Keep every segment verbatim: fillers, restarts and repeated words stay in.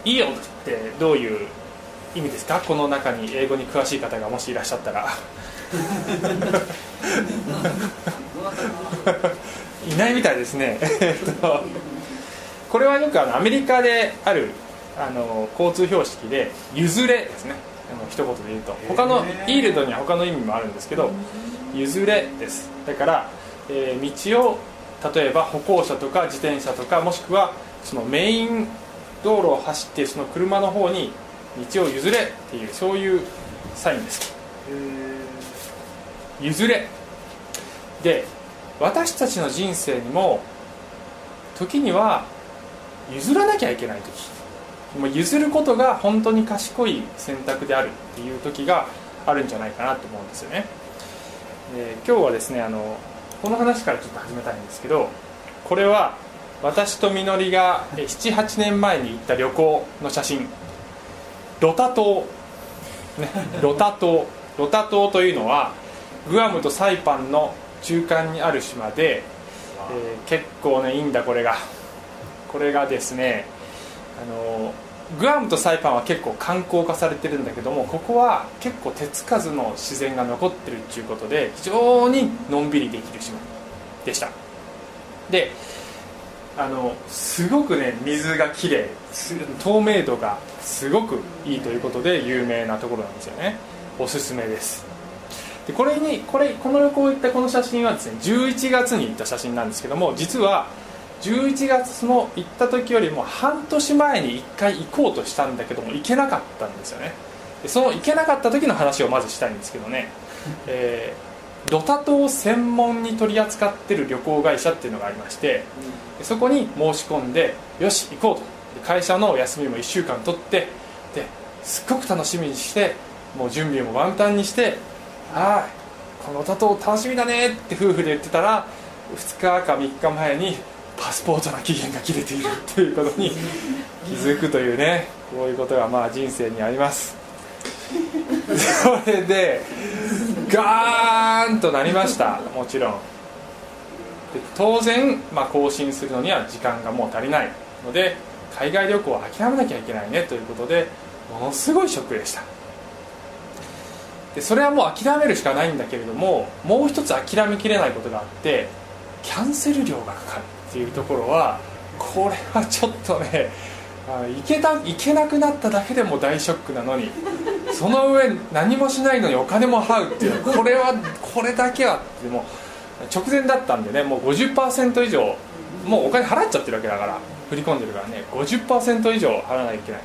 いいよってどういう意味ですか？この中に英語に詳しい方がもしいらっしゃったらいないみたいですねこれはよくあのアメリカであるあの交通標識で譲れですね、あの一言で言うと、他のイールドには他の意味もあるんですけど、譲れです。だから、えー、道を例えば歩行者とか自転車とか、もしくはそのメイン道路を走っているその車の方に道を譲れっていう、そういうサインです。譲れで、私たちの人生にも時には譲らなきゃいけない時、もう譲ることが本当に賢い選択であるっていう時があるんじゃないかなと思うんですよね。で、今日はですね、あのこの話からちょっと始めたいんですけど、これは私とみのりがななはちねんまえに行った旅行の写真、ロタ島、ね、ロタ島ロタ島というのはグアムとサイパンの中間にある島で、えー、結構ねいいんだこれがこれがですね、あのグアムとサイパンは結構観光化されてるんだけども、ここは結構手つかずの自然が残ってるっていうことで非常にのんびりできる島でした。で、あのすごくね水がきれい、透明度がすごくいいということで有名なところなんですよね。おすすめです。で、これにこれこの旅行行ったこの写真はですね、じゅういちがつに行った写真なんですけども、実はじゅういちがつの行った時よりも半年前にいっかい行こうとしたんだけども行けなかったんですよね。で、その行けなかった時の話をまずしたいんですけどね、えー、ロタ島を専門に取り扱ってる旅行会社っていうのがありまして、そこに申し込んでよし行こうと、で会社の休みもいっしゅうかん取って、ですっごく楽しみにしてもう準備も万端にして、はい、このロタ島楽しみだねって夫婦で言ってたらふつかかみっかまえにパスポートの期限が切れているということに気づくというね、こういうことがまあ人生にあります。それでガーンとなりました。もちろんで当然、まあ、更新するのには時間がもう足りないので海外旅行は諦めなきゃいけないねということで、ものすごいショックでした。でそれはもう諦めるしかないんだけれども、もう一つ諦めきれないことがあって、キャンセル料がかかるっていうところは、これはちょっとね、行けた、行けなくなっただけでも大ショックなのに、その上何もしないのにお金も払うっていう、これはこれだけはって、もう直前だったんでね、もう ごじゅっパーセント 以上もうお金払っちゃってるわけだから、振り込んでるからね ごじゅっパーセント 以上払わなきゃいけない。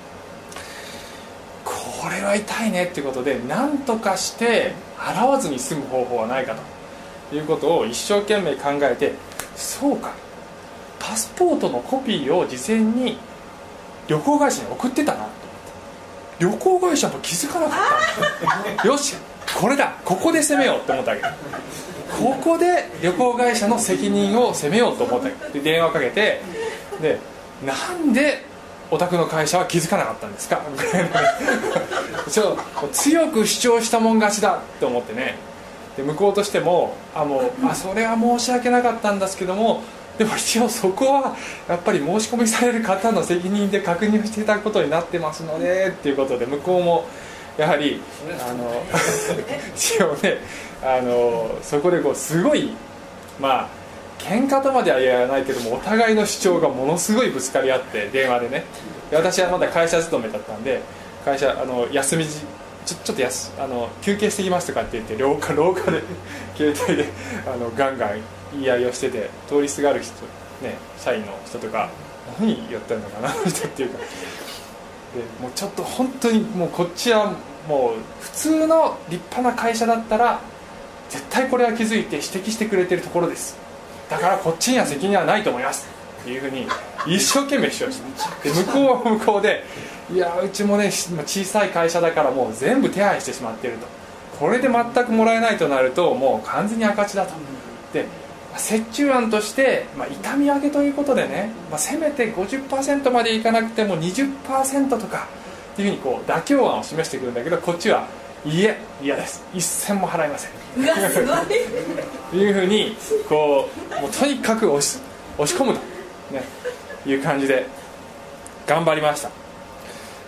これは痛いねっていうことで、何とかして払わずに済む方法はないかということを一生懸命考えて、そうか、パスポートのコピーを事前に旅行会社に送ってたなと思って、旅行会社も気づかなかったよしこれだ、ここで攻めようと思ったわけ。ここで旅行会社の責任を責めようと思ったわけで、電話をかけて、でなんでお宅の会社は気づかなかったんですかちょ強く主張したもん勝ちだと思ってね。で向こうとしてもあもうあそれは申し訳なかったんですけども、でも一応そこはやっぱり申し込みされる方の責任で確認していただくことになってますのでっていうことで、向こうもやはりあの一応ね、あのそこでこうすごいまあ喧嘩とまでは言わないけども、お互いの主張がものすごいぶつかり合って、電話でね。で私はまだ会社勤めだったんで、会社あの休みじちょ, ちょっとやすあの休憩してきますとかって言って廊下廊下で携帯であのガンガン言い合いをしてて、通りすがる人、ね、社員の人とか何言ってんのかな人っていうかで、もうちょっと本当にもうこっちはもう普通の立派な会社だったら絶対これは気づいて指摘してくれてるところです、だからこっちには責任はないと思いますっていうふうに一生懸命主張して、で向こうは向こうでいやうちもね小さい会社だからもう全部手配してしまっていると、これで全くもらえないとなるともう完全に赤字だと。で折衷案として、まあ、痛み分けということでね、まあ、せめて ごじゅっパーセント までいかなくても にじゅっパーセント とかっていうふうにこう妥協案を示してくるんだけど、こっちはいいえ嫌です、一銭も払いませんうわすごいいうふうにこうもうとにかく押し、押し込むと、ね、いう感じで頑張りました。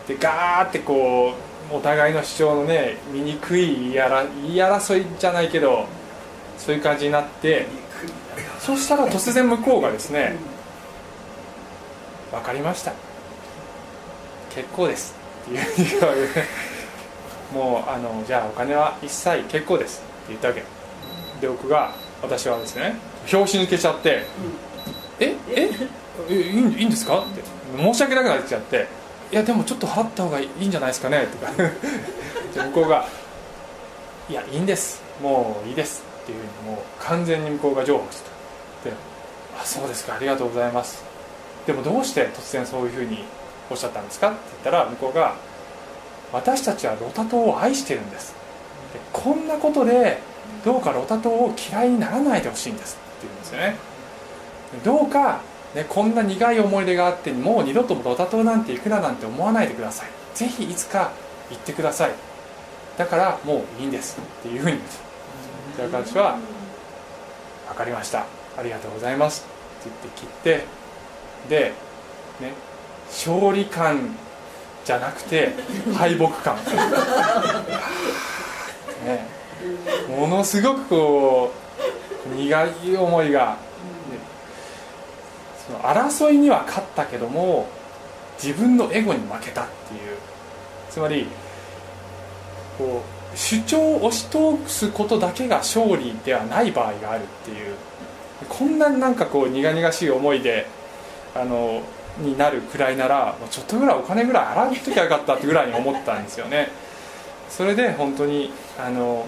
でガーってこうお互いの主張のね醜い言い争いじゃないけどそういう感じになって、そしたら突然向こうがですね、分かりました、結構ですっていうふうに言われて、もうあのじゃあお金は一切結構ですって言ったわけで、僕が私はですね拍子抜けちゃって、えええいいいいんですかって申し訳なくなっちゃって、いやでもちょっと払った方がいいんじゃないですかねとかで向こうがいやいいんです、もういいですっていうふうにもう完全に向こうが譲歩してた。で、あそうですか、ありがとうございます、でもどうして突然そういうふうにおっしゃったんですかって言ったら、向こうが私たちはロタ島を愛してるんです、でこんなことでどうかロタ島を嫌いにならないでほしいんですって言うんですよね。どうか、ね、こんな苦い思い出があってもう二度とロタ島なんて行くななんて思わないでください、ぜひいつか行ってください、だからもういいんですっていうふうに言って、私は分かりました、ありがとうございますって言って切って、で、ね、勝利感じゃなくて敗北感、ね、ものすごくこう苦い思いが、ね、その争いには勝ったけども自分のエゴに負けたっていう、つまりこう主張を押し通すことだけが勝利ではない場合があるっていう、こんななんかこう苦々しい思いであのになるくらいならもうちょっとぐらいお金ぐらい払っときゃよかったってぐらいに思ったんですよね。それで本当にあの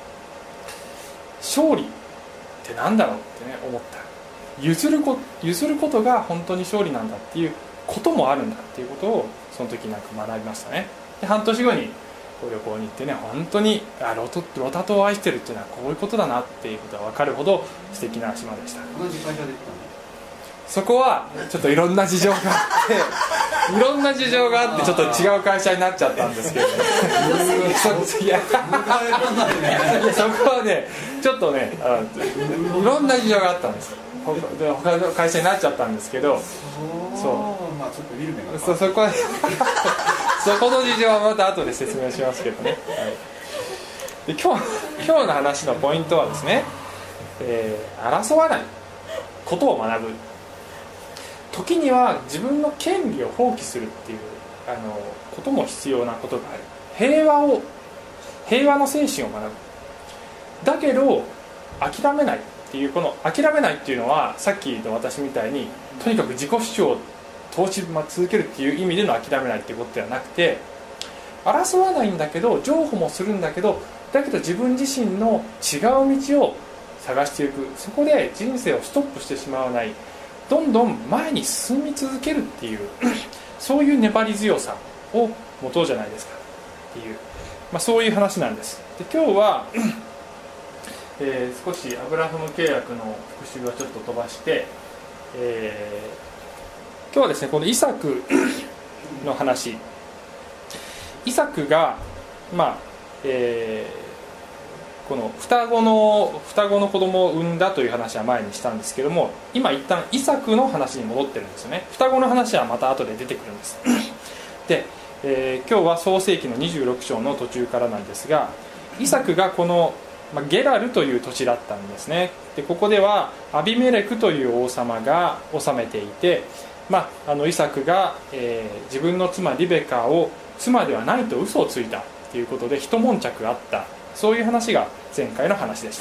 勝利ってなんだろうってね思った。譲るこ、譲ることが本当に勝利なんだっていうこともあるんだっていうことをその時なんか学びましたね。で半年後に旅行に行ってね、本当にあ ロ, トロタ島を愛してるっていうのはこういうことだなっていうことが分かるほど素敵な島でした。 同じ会社で行ったの？ そこはちょっといろんな事情があっていろんな事情があってちょっと違う会社になっちゃったんですけど、ね、そ, いやいやそこはねちょっとねあいろんな事情があったんです。他の会社になっちゃったんですけど、 そうまあちょっと見る目がそそこそこの事情はまた後で説明しますけどね、はい、で 今, 日今日の話のポイントはですね、えー、争わないことを学ぶ。時には自分の権利を放棄するっていうあのことも必要なことがある。平和を平和の精神を学ぶ。だけど諦めないっていう、この諦めないっていうのはさっきの私みたいにとにかく自己主張を通し続けるっていう意味での諦めないっていうことではなくて、争わないんだけど譲歩もするんだけど、だけど自分自身の違う道を探していく。そこで人生をストップしてしまわない、どんどん前に進み続けるっていうそういう粘り強さを持とうじゃないですかっていう、まあ、そういう話なんです。で今日は、えー、少しアブラハム契約の復習をちょっと飛ばして、えー、今日はですねこのイサクの話、イサクがまあ、えーこの双子の双子の子供を産んだという話は前にしたんですけども、今一旦イサクの話に戻ってるんですよね。双子の話はまた後で出てくるんですで、えー、今日は創世記のにじゅうろく章の途中からなんですが、イサクがこの、まあ、ゲラルという土地だったんですね。でここではアビメレクという王様が治めていて、まあ、あのイサクが、えー、自分の妻リベカを妻ではないと嘘をついたということで一悶着があった、そういう話が前回の話でした。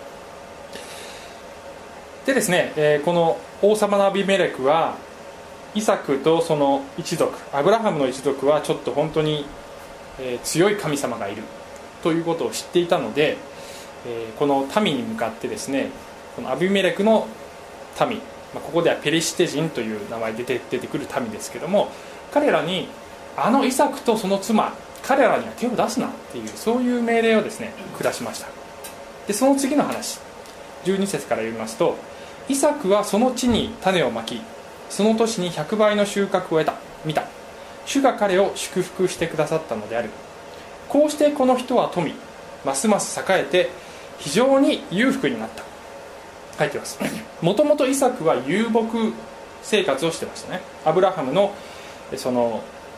でですね、えー、この王様のアビメレクはイサクとその一族、アブラハムの一族はちょっと本当に、えー、強い神様がいるということを知っていたので、えー、この民に向かってですね、このアビメレクの民、まあ、ここではペリシテ人という名前で出てくる民ですけども、彼らにあのイサクとその妻、彼らには手を出すなっていう、そういう命令をですね下しました。でその次の話、じゅうに節から読みますと、イサクはその地に種をまき、その年にひゃくばいの収穫を得た見た。主が彼を祝福してくださったのである。こうしてこの人は富、ますます栄えて非常に裕福になった。書いてます。もともとイサクは遊牧生活をしてましたね。アブラハムのその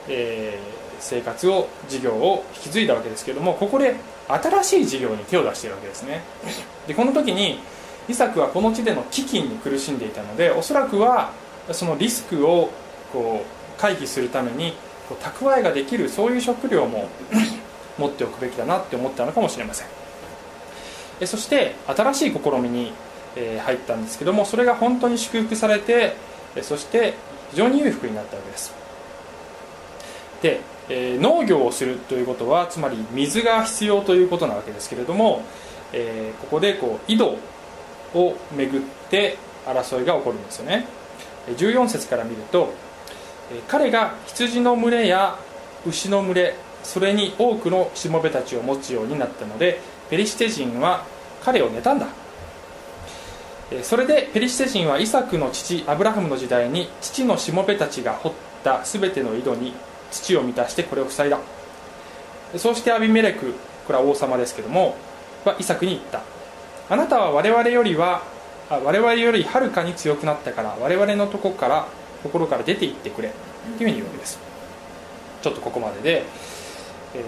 えー、生活を事業を引き継いだわけですけれども、ここで新しい事業に手を出しているわけですね。でこの時にイサクはこの地での飢饉に苦しんでいたので、おそらくはそのリスクをこう回避するためにこう蓄えができる、そういう食料も持っておくべきだなって思ったのかもしれません。えそして新しい試みに、えー、入ったんですけども、それが本当に祝福されて、えそして非常に裕福になったわけです。で、えー、農業をするということはつまり水が必要ということなわけですけれども、えー、ここでこう井戸をめぐって争いが起こるんですよね。じゅうよん節から見ると、彼が羊の群れや牛の群れ、それに多くのしもべたちを持つようになったので、ペリシテ人は彼を妬んだ。それでペリシテ人はイサクの父アブラハムの時代に父のしもべたちが掘ったすべての井戸に土を満たしてこれを塞いだ。そうしてアビメレク、これは王様ですけども、はイサクに言った。あなたは我々よりは我々よりはるかに強くなったから、我々のとこからところから出て行ってくれというふうに言うわけです。ちょっとここまでで、えー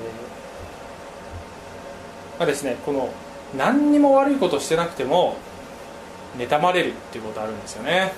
まあですね、この何にも悪いことしてなくても妬まれるっていうことあるんですよね。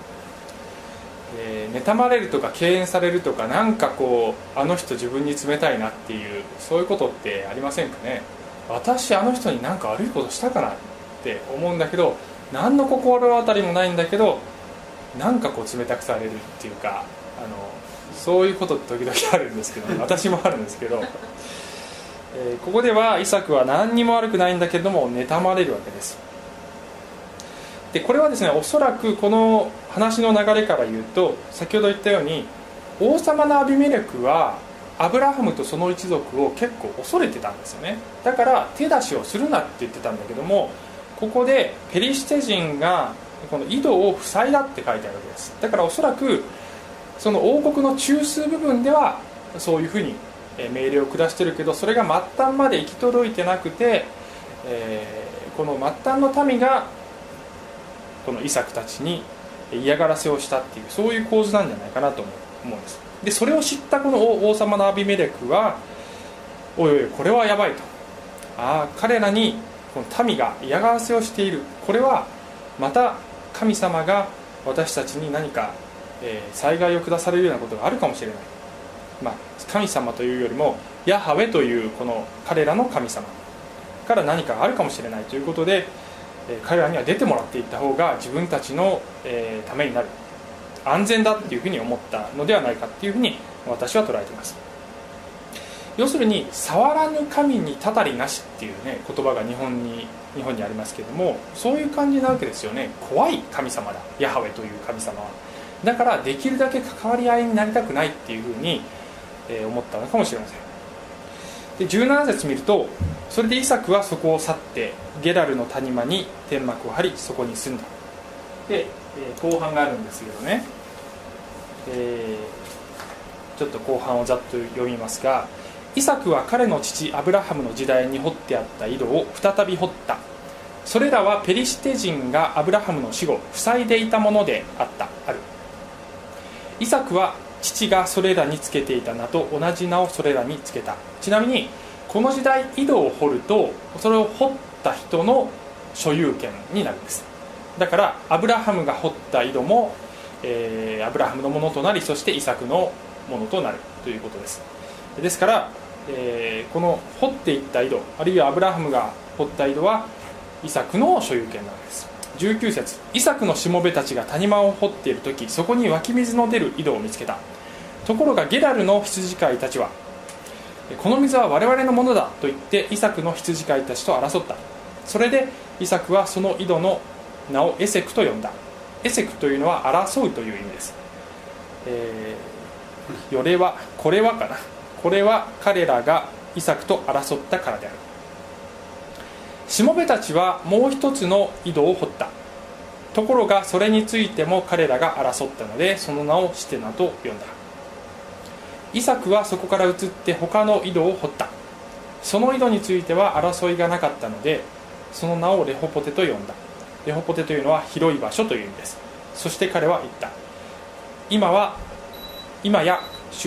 えー、妬まれるとか敬遠されるとか、なんかこうあの人自分に冷たいなっていう、そういうことってありませんかね。私あの人に何か悪いことしたかなって思うんだけど、何の心当たりもないんだけど、なんかこう冷たくされるっていうか、あのそういうことって時々あるんですけど、私もあるんですけど、えー、ここではイサクは何にも悪くないんだけれども妬まれるわけです。でこれはですね、おそらくこの話の流れから言うと、先ほど言ったように王様のアビメレクはアブラハムとその一族を結構恐れてたんですよね。だから手出しをするなって言ってたんだけども、ここでペリシテ人がこの井戸を塞いだって書いてあるわけです。だからおそらくその王国の中枢部分ではそういうふうに命令を下してるけど、それが末端まで行き届いてなくて、えー、この末端の民がこのイサクたちに嫌がらせをしたっていう、そういう構図なんじゃないかなと思うんです。でそれを知ったこの王様のアビメレクは、おいおいこれはやばいと、ああ彼らにこの民が嫌がらせをしている、これはまた神様が私たちに何か、えー、災害を下されるようなことがあるかもしれない、まあ、神様というよりもヤハウェというこの彼らの神様から何かあるかもしれないということで、えー、彼らには出てもらっていった方が自分たちの、えー、ためになる、安全だっていうふうに思ったのではないかっていうふうに私は捉えています。要するに触らぬ神にたたりなしっていうね言葉が日本に日本にありますけれども、そういう感じなわけですよね。怖い神様だヤハウェという神様は。だからできるだけ関わり合いになりたくないっていうふうに、えー、思ったのかもしれません。でじゅうなな節見ると、それでイサクはそこを去ってゲラルの谷間に天幕を張りそこに住んだ。で、えー、後半があるんですけどね、えー、ちょっと後半をざっと読みますが、イサクは彼の父アブラハムの時代に掘ってあった井戸を再び掘った。それらはペリシテ人がアブラハムの死後塞いでいたものであったある。イサクは父がそれらにつけていた名と同じ名をそれらにつけた。ちなみにこの時代井戸を掘るとそれを掘った人の所有権になるんです。だからアブラハムが掘った井戸も、えー、アブラハムのものとなり、そしてイサクのものとなるということです。ですから、えー、この掘っていった井戸、あるいはアブラハムが掘った井戸はイサクの所有権なわけです。じゅうきゅう節、イサクのしもべたちが谷間を掘っているとき、そこに湧き水の出る井戸を見つけた。ところがゲラルの羊飼いたちは、この水は我々のものだと言ってイサクの羊飼いたちと争った。それでイサクはその井戸の名をエセクと呼んだ。エセクというのは争うという意味です。えー、よれはこれはかなこれは彼らがイサクと争ったからである。しもべたちはもう一つの井戸を掘った。ところがそれについても彼らが争ったので、その名をシテナと呼んだ。イサクはそこから移って他の井戸を掘った。その井戸については争いがなかったので、その名をレホポテと呼んだ。レホポテというのは広い場所という意味です。そして彼は言った。今は今や主は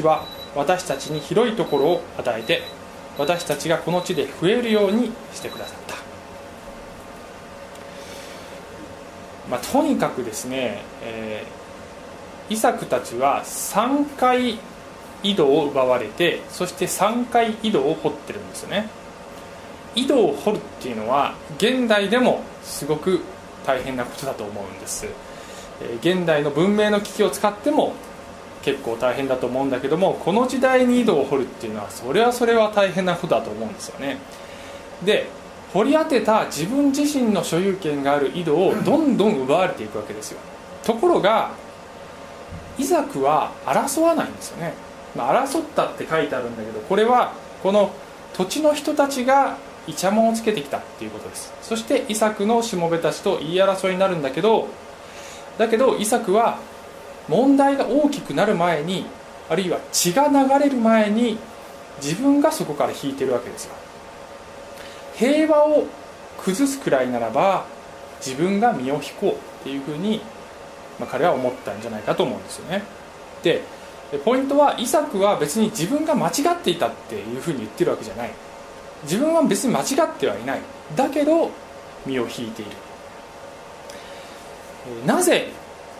私たちに広いところを与えて、私たちがこの地で増えるようにしてくださった。まあ、とにかくですね、えー、イサクたちはさんかい井戸を奪われて、そしてさんかい井戸を掘ってるんですよね。井戸を掘るっていうのは現代でもすごく大変なことだと思うんです。えー、現代の文明の機器を使っても結構大変だと思うんだけども、この時代に井戸を掘るっていうのはそれはそれは大変なことだと思うんですよね。で、掘り当てた自分自身の所有権がある井戸をどんどん奪われていくわけですよ。ところがイザクは争わないんですよね。まあ、争ったって書いてあるんだけど、これはこの土地の人たちがイチャモンをつけてきたっていうことです。そしてイサクのしもべたちと言い争いになるんだけど、だけどイサクは問題が大きくなる前に、あるいは血が流れる前に自分がそこから引いてるわけですよ。平和を崩すくらいならば自分が身を引こうっていうふうに、まあ、彼は思ったんじゃないかと思うんですよね。で、ポイントはイサクは別に自分が間違っていたっていうふうに言ってるわけじゃない。自分は別に間違ってはいない。だけど身を引いている。なぜ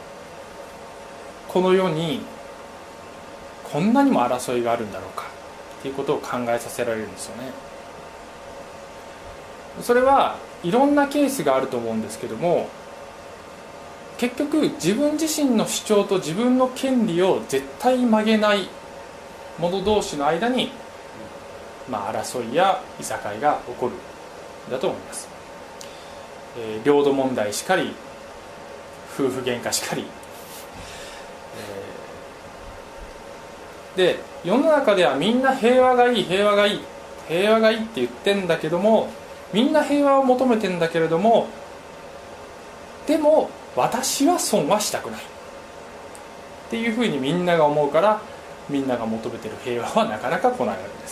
この世にこんなにも争いがあるんだろうかっていうことを考えさせられるんですよね。それはいろんなケースがあると思うんですけども、結局自分自身の主張と自分の権利を絶対曲げない者同士の間に、まあ、争いやいさかいが起こるんだと思います。えー、領土問題しかり、夫婦喧嘩しかり、えー、で世の中ではみんな平和がいい平和がいい平和がいいって言ってんだけども、みんな平和を求めてんだけれども、でも私は損はしたくないっていうふうにみんなが思うから、みんなが求めてる平和はなかなか来ないわけです。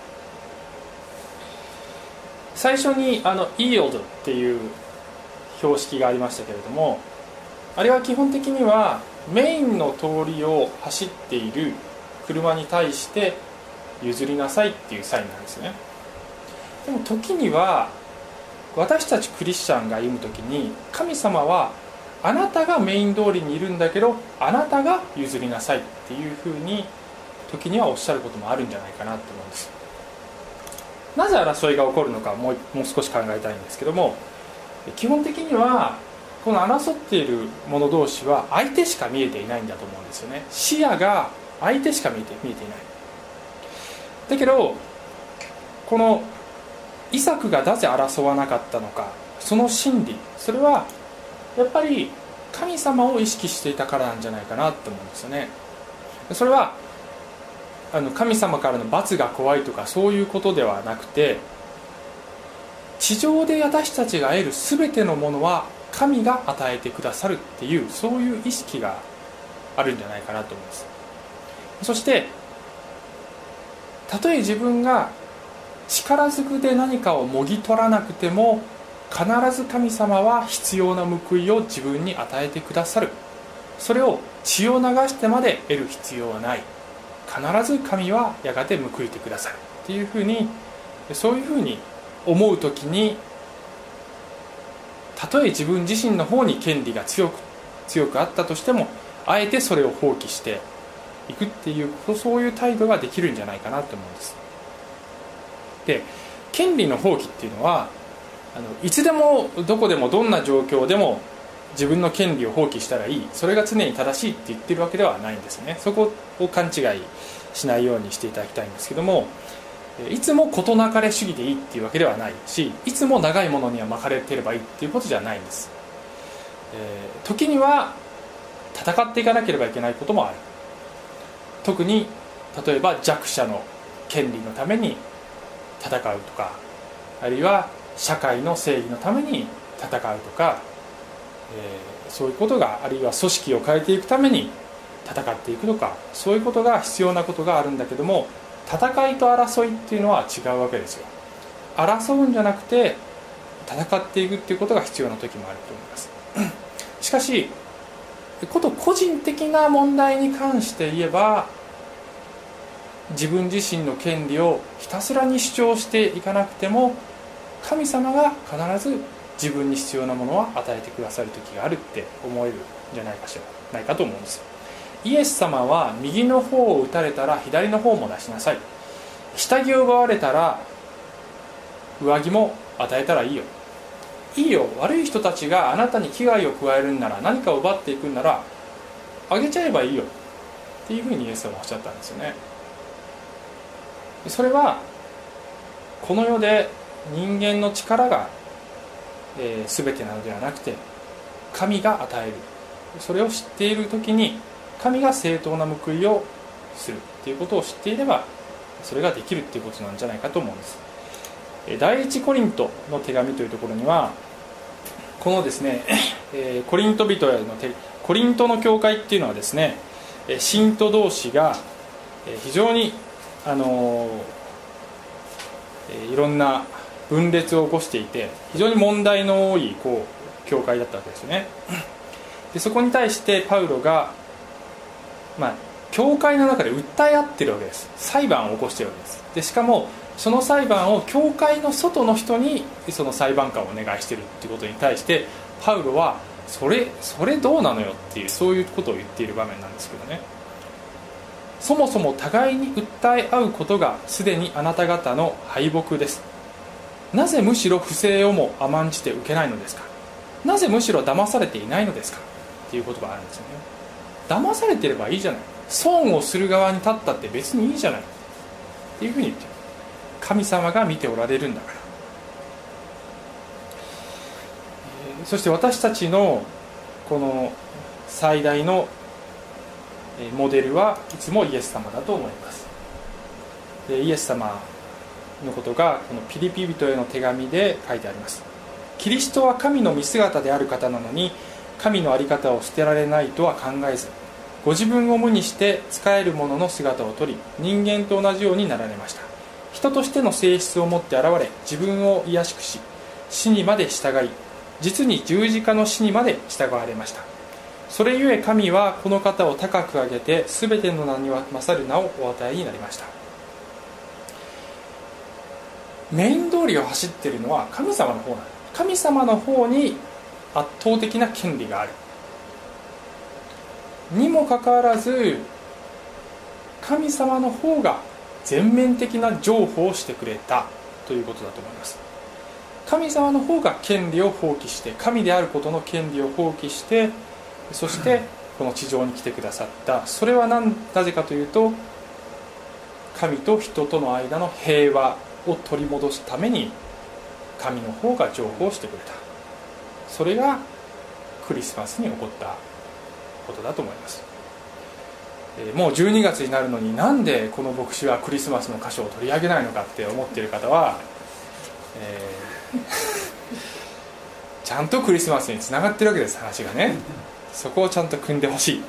最初にあのイーオドっていう標識がありましたけれども、あれは基本的にはメインの通りを走っている車に対して譲りなさいっていうサインなんですね。でも時には私たちクリスチャンが歩む時に、神様はあなたがメイン通りにいるんだけどあなたが譲りなさいっていうふうに時にはおっしゃることもあるんじゃないかなと思うんです。なぜ争いが起こるのかもう、もう少し考えたいんですけども、基本的にはこの争っている者同士は相手しか見えていないんだと思うんですよね。視野が相手しか見えて、見えていない。だけどこのイサクがなぜ争わなかったのか、その真理、それはやっぱり神様を意識していたからなんじゃないかなと思うんですよね。それはあの神様からの罰が怖いとかそういうことではなくて、地上で私たちが得る全てのものは神が与えてくださるっていう、そういう意識があるんじゃないかなと思います。そしてたとえ自分が力ずくで何かをもぎ取らなくても、必ず神様は必要な報いを自分に与えてくださる。それを血を流してまで得る必要はない。必ず神はやがて報いてくださるっていうふうに、そういうふうに思うときに、たとえ自分自身の方に権利が強く強くあったとしても、あえてそれを放棄していくっていう、そういう態度ができるんじゃないかなと思うんです。で、権利の放棄っていうのは、あのいつでもどこでもどんな状況でも自分の権利を放棄したらいい、それが常に正しいって言ってるわけではないんですね。そこを勘違いしないようにしていただきたいんですけども、いつも事なかれ主義でいいっていうわけではないし、いつも長いものには巻かれてればいいっていうことじゃないんです。えー、時には戦っていかなければいけないこともある。特に例えば弱者の権利のために戦うとか、あるいは社会の正義のために戦うとか、えー、そういうことが、あるいは組織を変えていくために戦っていくとか、そういうことが必要なことがあるんだけども、戦いと争いっていうのは違うわけですよ。争うんじゃなくて戦っていくっていうことが必要な時もあると思います。しかしこと個人的な問題に関して言えば、 自分自身の権利をひたすらに主張していかなくても、神様が必ず自分に必要なものは与えてくださる時があるって思えるんじゃないかしらないかと思うんです。イエス様は右の方を打たれたら左の方も出しなさい、下着を奪われたら上着も与えたらいいよ、いいよ、悪い人たちがあなたに危害を加えるんなら、何かを奪っていくんならあげちゃえばいいよっていうふうにイエス様はおっしゃったんですよね。それはこの世で人間の力が、えー、全てなのではなくて、神が与える、それを知っている時に神が正当な報いをするということを知っていれば、それができるということなんじゃないかと思うんです。第一コリントの手紙というところには、このですね、えー、コリント人への手コリントの教会っていうのはですね、信徒同士が非常にあのいろんな分裂を起こしていて、非常に問題の多いこう教会だったわけですね。でそこに対してパウロが、まあ、教会の中で訴え合ってるわけです。裁判を起こしているわけです。でしかもその裁判を教会の外の人にその裁判官をお願いしているということに対して、パウロはそれそれどうなのよっていう、そういうことを言っている場面なんですけどね。そもそも互いに訴え合うことがすでにあなた方の敗北です。なぜむしろ不正をも甘んじて受けないのですか。なぜむしろ騙されていないのですかっていう言葉があるんですよね。騙されてればいいじゃない、損をする側に立ったって別にいいじゃないっていうふうに言ってる。神様が見ておられるんだから。そして私たちのこの最大のモデルはいつもイエス様だと思います。でイエス様のことがこのピリピ人への手紙で書いてあります。キリストは神の見姿である方なのに、神の在り方を捨てられないとは考えず、ご自分を無にして仕える者の姿をとり、人間と同じようになられました。人としての性質を持って現れ、自分を卑しくし、死にまで従い、実に十字架の死にまで従われました。それゆえ神はこの方を高く上げて、すべての名に勝る名をお与えになりました。メイン通りを走っているのは神様の方なんです。神様の方に圧倒的な権利があるにもかかわらず、神様の方が全面的な譲歩をしてくれたということだと思います。神様の方が権利を放棄して、神であることの権利を放棄して、そしてこの地上に来てくださった。それはなぜかというと、神と人との間の平和を取り戻すために神の方が譲歩をしてくれた。それがクリスマスに起こったことだと思います。もうじゅうにがつになるのに、なんでこの牧師はクリスマスの箇所を取り上げないのかって思っている方は、えー、ちゃんとクリスマスにつながってるわけです、話がね。そこをちゃんと組んでほしい。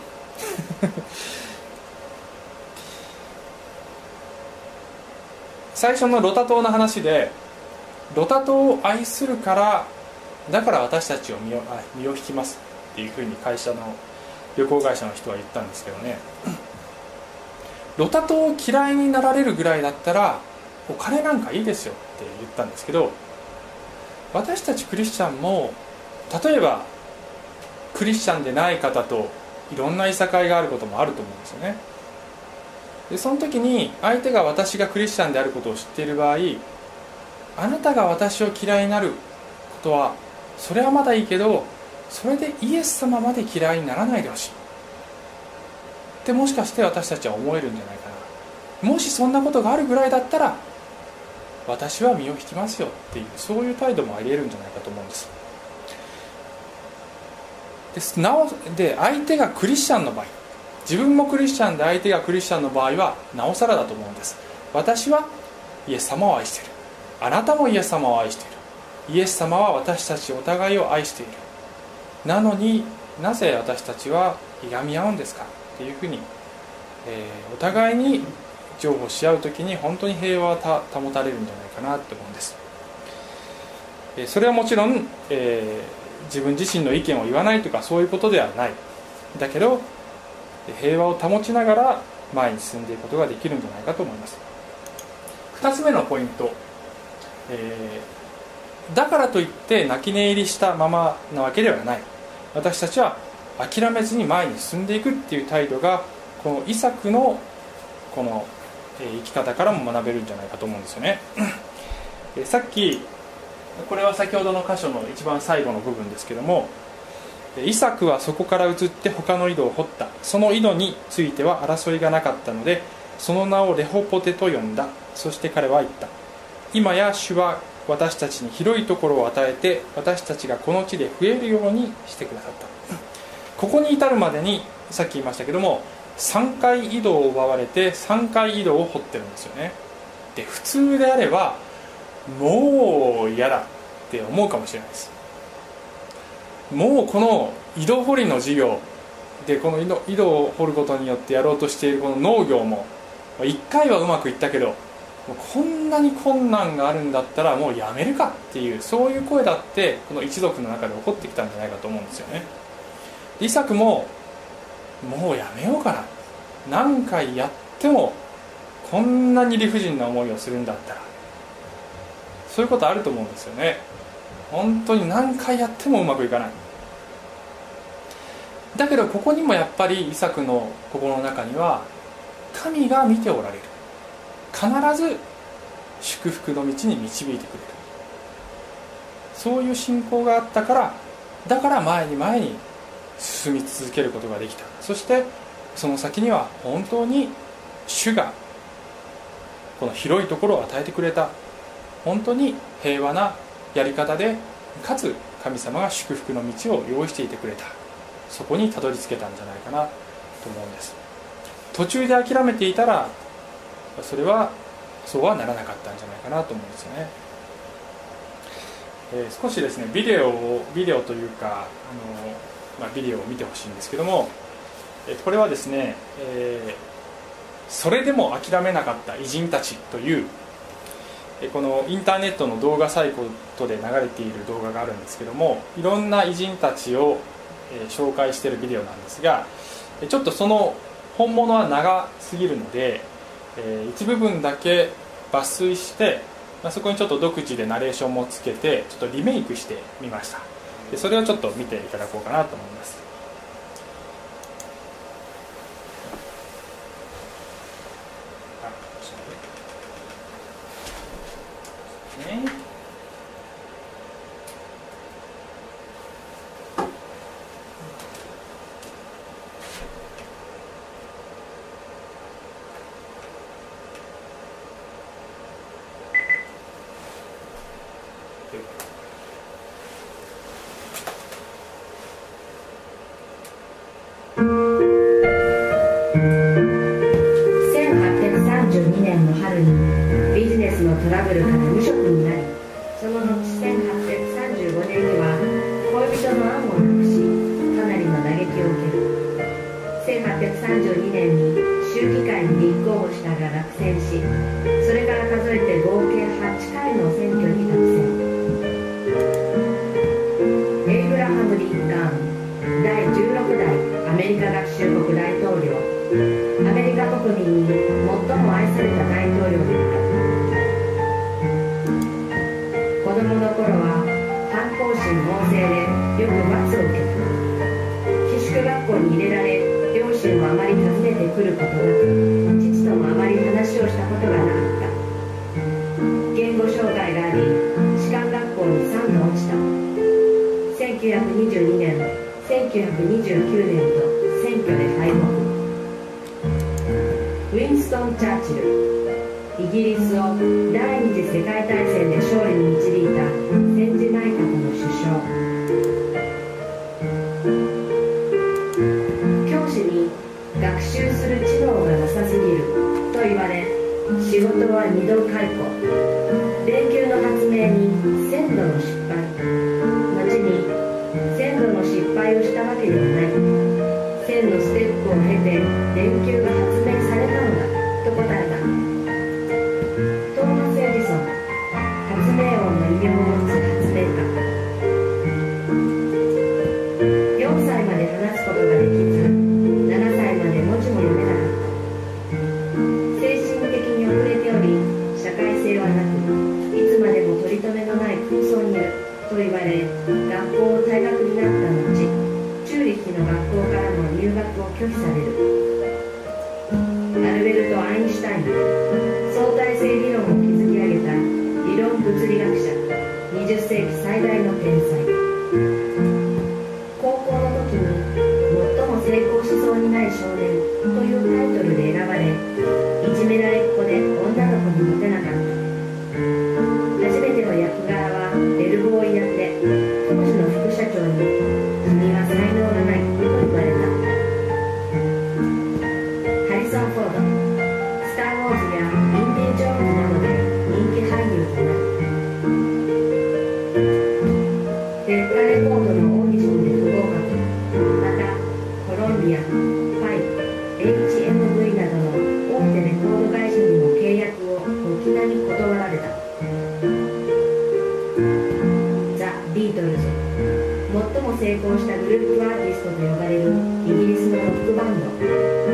最初のロタ島の話で、ロタ島を愛するからだから私たちを身を、身を引きますっていうふうに会社の旅行会社の人は言ったんですけどね、ロタ島を嫌いになられるぐらいだったらお金なんかいいですよって言ったんですけど、私たちクリスチャンも例えばクリスチャンでない方といろんないさかいがあることもあると思うんですよね。でその時に相手が私がクリスチャンであることを知っている場合、あなたが私を嫌いになることはそれはまだいいけど、それでイエス様まで嫌いにならないでほしいってもしかして私たちは思えるんじゃないかな。もしそんなことがあるぐらいだったら私は身を引きますよっていう、そういう態度もあり得るんじゃないかと思うんです。ですなおで相手がクリスチャンの場合、自分もクリスチャンで相手がクリスチャンの場合はなおさらだと思うんです。私はイエス様を愛している、あなたもイエス様を愛している、イエス様は私たちお互いを愛している、なのになぜ私たちはいがみ合うんですかっていうふうに、えー、お互いに譲歩し合うときに本当に平和は保たれるんじゃないかなと思うんです。えー、それはもちろん、えー、自分自身の意見を言わないとかそういうことではない。だけど平和を保ちながら前に進んでいくことができるんじゃないかと思います。ふたつめのポイント、えー、だからといって泣き寝入りしたままなわけではない。私たちは諦めずに前に進んでいくっていう態度がこのイサクのこの生き方からも学べるんじゃないかと思うんですよね。さっきこれは先ほどの箇所の一番最後の部分ですけども、イサクはそこから移って他の井戸を掘った。その井戸については争いがなかったのでその名をレホポテと呼んだ。そして彼は言った。今や主は私たちに広いところを与えて私たちがこの地で増えるようにしてくださった。ここに至るまでにさっき言いましたけどもさんかい井戸を奪われてさんかい井戸を掘ってるんですよね。で普通であればもう嫌だって思うかもしれないです。もうこの井戸掘りの事業でこの井戸、井戸を掘ることによってやろうとしているこの農業もいっかいはうまくいったけどもうこんなに困難があるんだったらもうやめるかっていうそういう声だってこの一族の中で起こってきたんじゃないかと思うんですよね。イサクももうやめようかな、何回やってもこんなに理不尽な思いをするんだったら、そういうことあると思うんですよね。本当に何回やってもうまくいかない。だけどここにもやっぱりイサクの心の中には神が見ておられる、必ず祝福の道に導いてくれる、そういう信仰があったから、だから前に前に進み続けることができた。そしてその先には本当に主がこの広いところを与えてくれた、本当に平和なやり方でかつ神様が祝福の道を用意していてくれた、そこにたどり着けたんじゃないかなと思うんです。途中で諦めていたらそれはそうはならなかったんじゃないかなと思うんですよね。えー、少しですねビデオをビデオというかあの、まあ、ビデオを見てほしいんですけども、えこれはですね、えー、それでも諦めなかった偉人たちというこのインターネットの動画サイトで流れている動画があるんですけども、いろんな偉人たちを紹介しているビデオなんですが、ちょっとその本物は長すぎるので一部分だけ抜粋して、そこにちょっと独自でナレーションもつけてちょっとリメイクしてみました。でそれをちょっと見ていただこうかなと思います。ねせんはっぴゃくさんじゅうにねんの春にビジネスのトラブルから無職になり、その後せんはっぴゃくさんじゅうごねんには恋人の案をなくし、かなりの打撃を受ける。せんはっぴゃくさんじゅうにねんに州議会に立候補したが落選し、それから数えて合計はちかいの選挙に当選。エイブラハム・リンカーンだいじゅうろくだいアメリカ合衆国大統領、アメリカ国民に最も愛された大統領である。子供の頃は反抗心旺盛でよく罰を受けた。寄宿学校に入れられ、両親はあまり訪ねてくることなく、父ともあまり話をしたことがなかった。言語障害があり、士官学校にさんど落ちた。せんきゅうひゃくにじゅうにねん、せんきゅうひゃくにじゅうきゅうねんと選挙で敗北。ウィンストン・チャーチル、イギリスを第二次世界大戦で勝利に導いた戦時内閣の首相。教師に学習する知能がなさすぎると言われ、仕事はにど解雇。連休の発明に千度の失敗。後に千度の失敗をしたわけではない、千のステップを経て電球が発明されたのだと答えた。トーマス・エジソン、発明王の異名を持つ発明家。よんさいまで話すことができず、ななさいまで文字も読めなかった。 とめのない空想にいると言われ、学校を退学になった後、チューリッヒの学校からの入学を拒否される。アルベルト・アインシュタイン、相対性理論を築き上げた理論物理学者、にじゅっせいき最大の天才。高校の時に最も成功しそうにない少年というタイトルで選ばれ、いじめられっ子で女の子にモテなかった。初めての役柄はベルボーイ役で、当時の副社長に君は才能がないと言われた。ハリソン・フォード、スター・ウォーズやインディ・ジョーンズなどで人気俳優となる。デッカレコードのオーディションで不合格。またコロンビア、ファイ、エイチエムブイ などの大手レコード会社にも契約を軒並み断られた。ザ・ビートルズ、最も成功したグループアーティストと呼ばれるイギリスのロックバンド。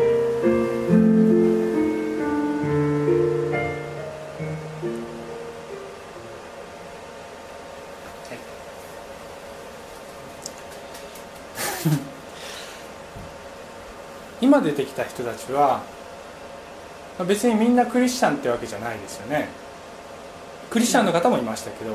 今出てきた人たちは別にみんなクリスチャンってわけじゃないですよね。クリスチャンの方もいましたけど、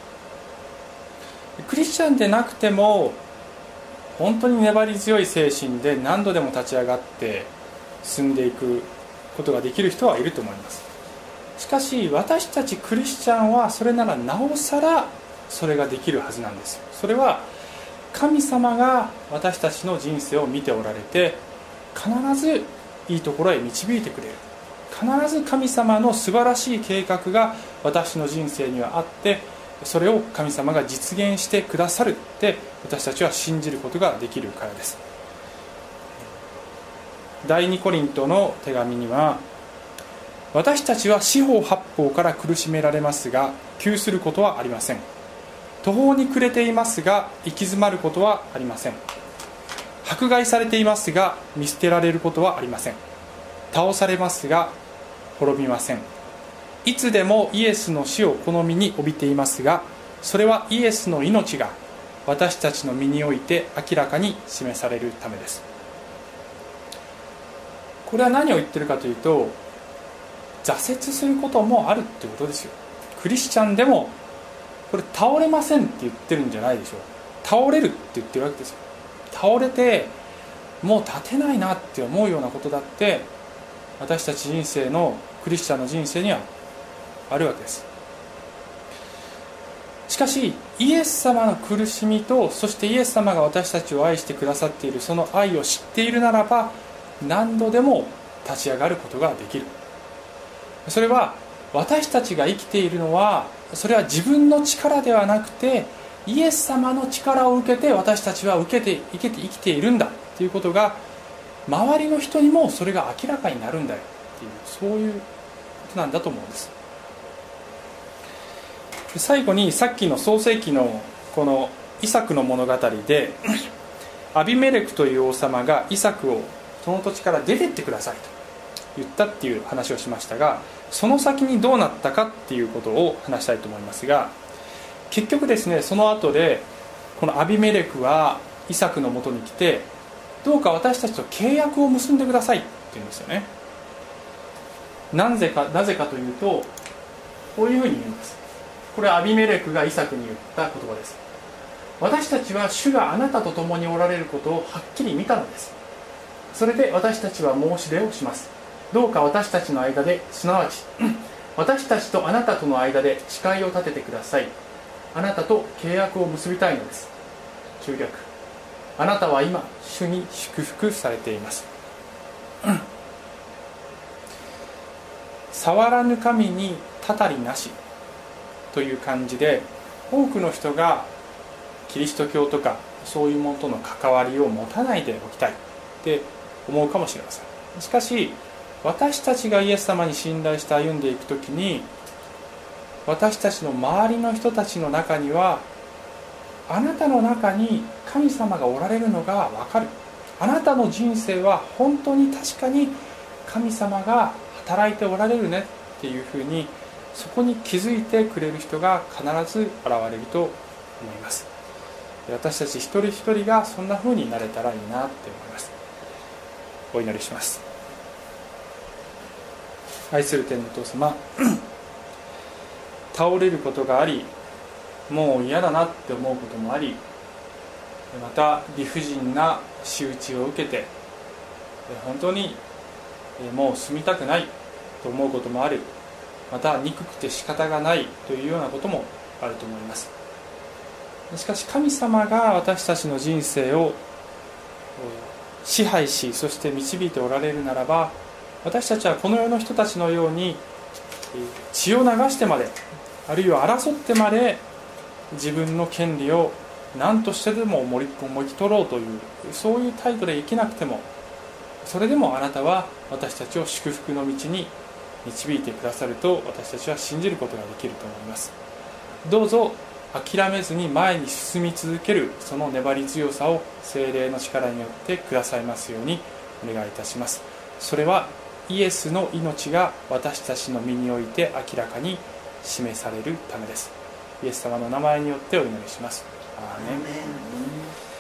クリスチャンでなくても本当に粘り強い精神で何度でも立ち上がって進んでいくことができる人はいると思います。しかし私たちクリスチャンはそれならなおさらそれができるはずなんですよ。それは神様が私たちの人生を見ておられて、必ずいいところへ導いてくれる。必ず神様の素晴らしい計画が私の人生にはあって、それを神様が実現してくださるって私たちは信じることができるからです。第二コリントの手紙には、私たちは四方八方から苦しめられますが窮することはありません。途方に暮れていますが行き詰まることはありません。迫害されていますが見捨てられることはありません。倒されますが滅びません。いつでもイエスの死を好みに帯びていますが、それはイエスの命が私たちの身において明らかに示されるためです。これは何を言ってるかというと、挫折することもあるってことですよ。クリスチャンでもこれ倒れませんって言ってるんじゃないでしょう。倒れるって言ってるわけですよ。倒れてもう立てないなって思うようなことだって私たち人生のクリスチャンの人生にはあるわけです。しかしイエス様の苦しみと、そしてイエス様が私たちを愛してくださっているその愛を知っているならば、何度でも立ち上がることができる。それは私たちが生きているのは、それは自分の力ではなくてイエス様の力を受けて私たちは受けて生きて生きているんだということが、周りの人にもそれが明らかになるんだよっていう、そういうことなんだと思うんです。最後にさっきの創世記のこのイサクの物語でアビメレクという王様がイサクをその土地から出てってくださいと言ったっていう話をしましたが、その先にどうなったかっていうことを話したいと思いますが、結局ですね、その後でこのアビメレクはイサクのもとに来て、どうか私たちと契約を結んでくださいって言うんですよね。なぜか、なぜかというと、こういうふうに言います。これはアビメレクがイサクに言った言葉です。私たちは主があなたと共におられることをはっきり見たのです。それで私たちは申し出をします。どうか私たちの間で、すなわち私たちとあなたとの間で誓いを立ててください。あなたと契約を結びたいのです。中略、あなたは今主に祝福されています。触らぬ神にたたりなしという感じで、多くの人がキリスト教とかそういうものとの関わりを持たないでおきたいって思うかもしれません。しかし私たちがイエス様に信頼して歩んでいくときに、私たちの周りの人たちの中には、あなたの中に神様がおられるのが分かる。あなたの人生は本当に確かに神様が働いておられるねっていうふうに、 そこに気づいてくれる人が必ず現れると思います。私たち一人一人がそんな風になれたらいいなって思います。お祈りします。愛する天のお父様、倒れることがあり、もう嫌だなって思うこともあり、また理不尽な仕打ちを受けて本当にもう住みたくないと思うこともある、また憎くて仕方がないというようなこともあると思います。しかし神様が私たちの人生を支配し、そして導いておられるならば、私たちはこの世の人たちのように血を流してまで、あるいは争ってまで自分の権利を何としてでももぎ取ろうという、そういう態度で生きなくても、それでもあなたは私たちを祝福の道に導いてくださると私たちは信じることができると思います。どうぞ諦めずに前に進み続けるその粘り強さを聖霊の力によってくださいますようにお願いいたします。それはイエスの命が私たちの身において明らかに示されるためです。イエス様の名前によってお祈りします。アーメン。